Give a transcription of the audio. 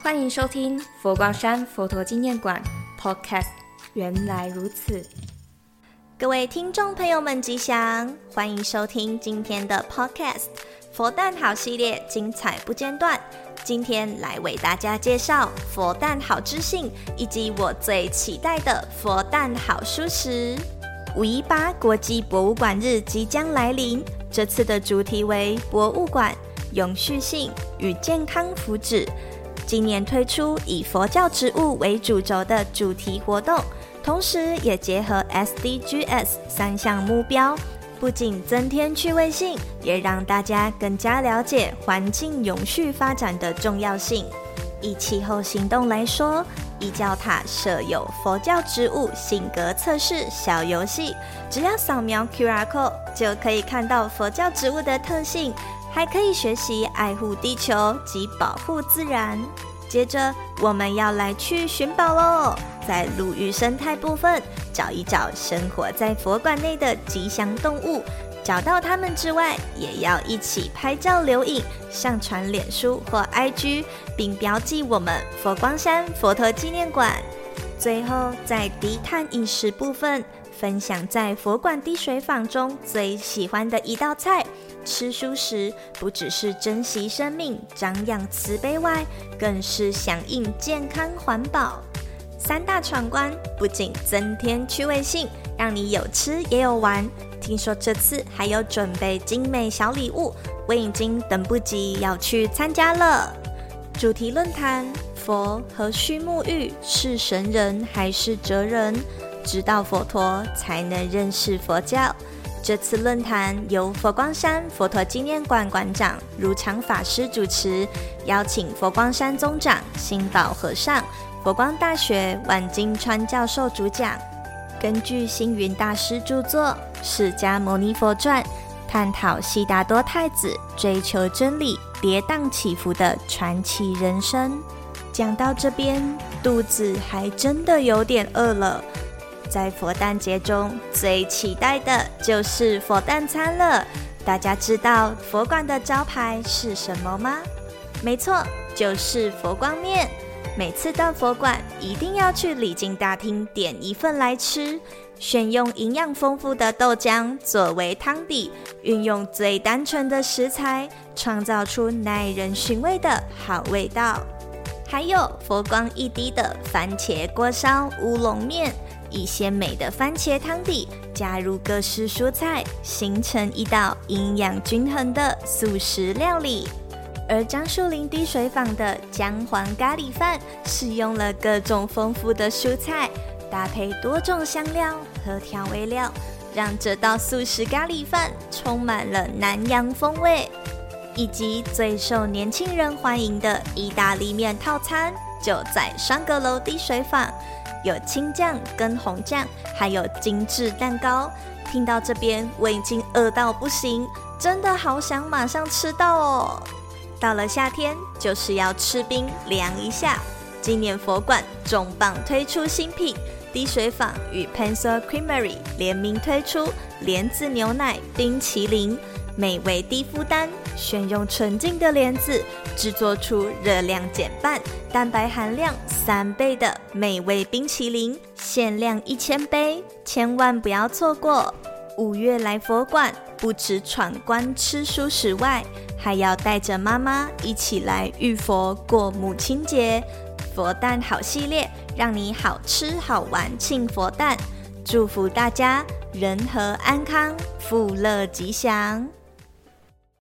欢迎收听佛光山佛陀纪念馆 Podcast， 原来如此。 各位听众朋友们吉祥，欢迎收听今天的 Podcast 佛诞好系列，精彩不间断。今天来为大家介绍佛诞好知性，以及我最期待的佛诞好蔬食。518国际博物馆日即将来临，这次的主题为博物馆、永续性与健康福祉。今年推出以佛教植物为主轴的主题活动，同时也结合 SDGs 3项目标，不仅增添趣味性，也让大家更加了解环境永续发展的重要性。以气候行动来说，一教塔设有佛教植物性格测试小游戏，只要扫描 QR code 就可以看到佛教植物的特性，还可以学习爱护地球及保护自然。接着我们要来去寻宝咯，在陆域生态部分找一找生活在佛馆内的吉祥动物，找到它们之外，也要一起拍照留影，上传脸书或 IG， 并标记我们佛光山佛陀纪念馆。最后在低碳饮食部分，分享在佛馆滴水坊中最喜欢的一道菜。吃蔬食不只是珍惜生命、长养慈悲外，更是响应健康环保。3大闯关不仅增添趣味性，让你有吃也有玩。听说这次还有准备精美小礼物，我已经等不及要去参加了。主题论坛：佛何须沐浴？是神人还是哲人？知道佛陀才能认识佛教。这次论坛由佛光山佛陀纪念馆馆长如常法师主持，邀请佛光山宗长心保和尚、佛光大学万金川教授主讲。根据星云大师著作《释迦牟尼佛传》，探讨悉达多太子追求真理、跌宕起伏的传奇人生。讲到这边，肚子还真的有点饿了。在佛诞节中最期待的就是佛诞餐了。大家知道佛馆的招牌是什么吗？没错，就是佛光面。每次到佛馆一定要去礼敬大厅点一份来吃，选用营养丰富的豆浆作为汤底，运用最单纯的食材，创造出耐人寻味的好味道。还有佛光一滴的番茄锅烧乌龙面，以鲜美的番茄汤底加入各式蔬菜，形成一道营养均衡的素食料理。而樟树林滴水坊的姜黄咖喱饭，使用了各种丰富的蔬菜，搭配多种香料和调味料，让这道素食咖喱饭充满了南洋风味。以及最受年轻人欢迎的意大利面套餐，就在双阁楼滴水坊，有青酱跟红酱，还有精致蛋糕。听到这边我已经饿到不行，真的好想马上吃到哦。到了夏天就是要吃冰凉一下，今年佛馆重磅推出新品，滴水坊与 Pencil Creamery 联名推出莲子牛奶冰淇淋，美味低负担，选用纯净的莲子，制作出热量减半、蛋白含量3倍的美味冰淇淋，限量1000杯，千万不要错过。5月来佛馆，不止闯关吃蔬食外，还要带着妈妈一起来浴佛过母亲节。佛诞好系列，让你好吃好玩庆佛诞，祝福大家人和安康，富乐吉祥。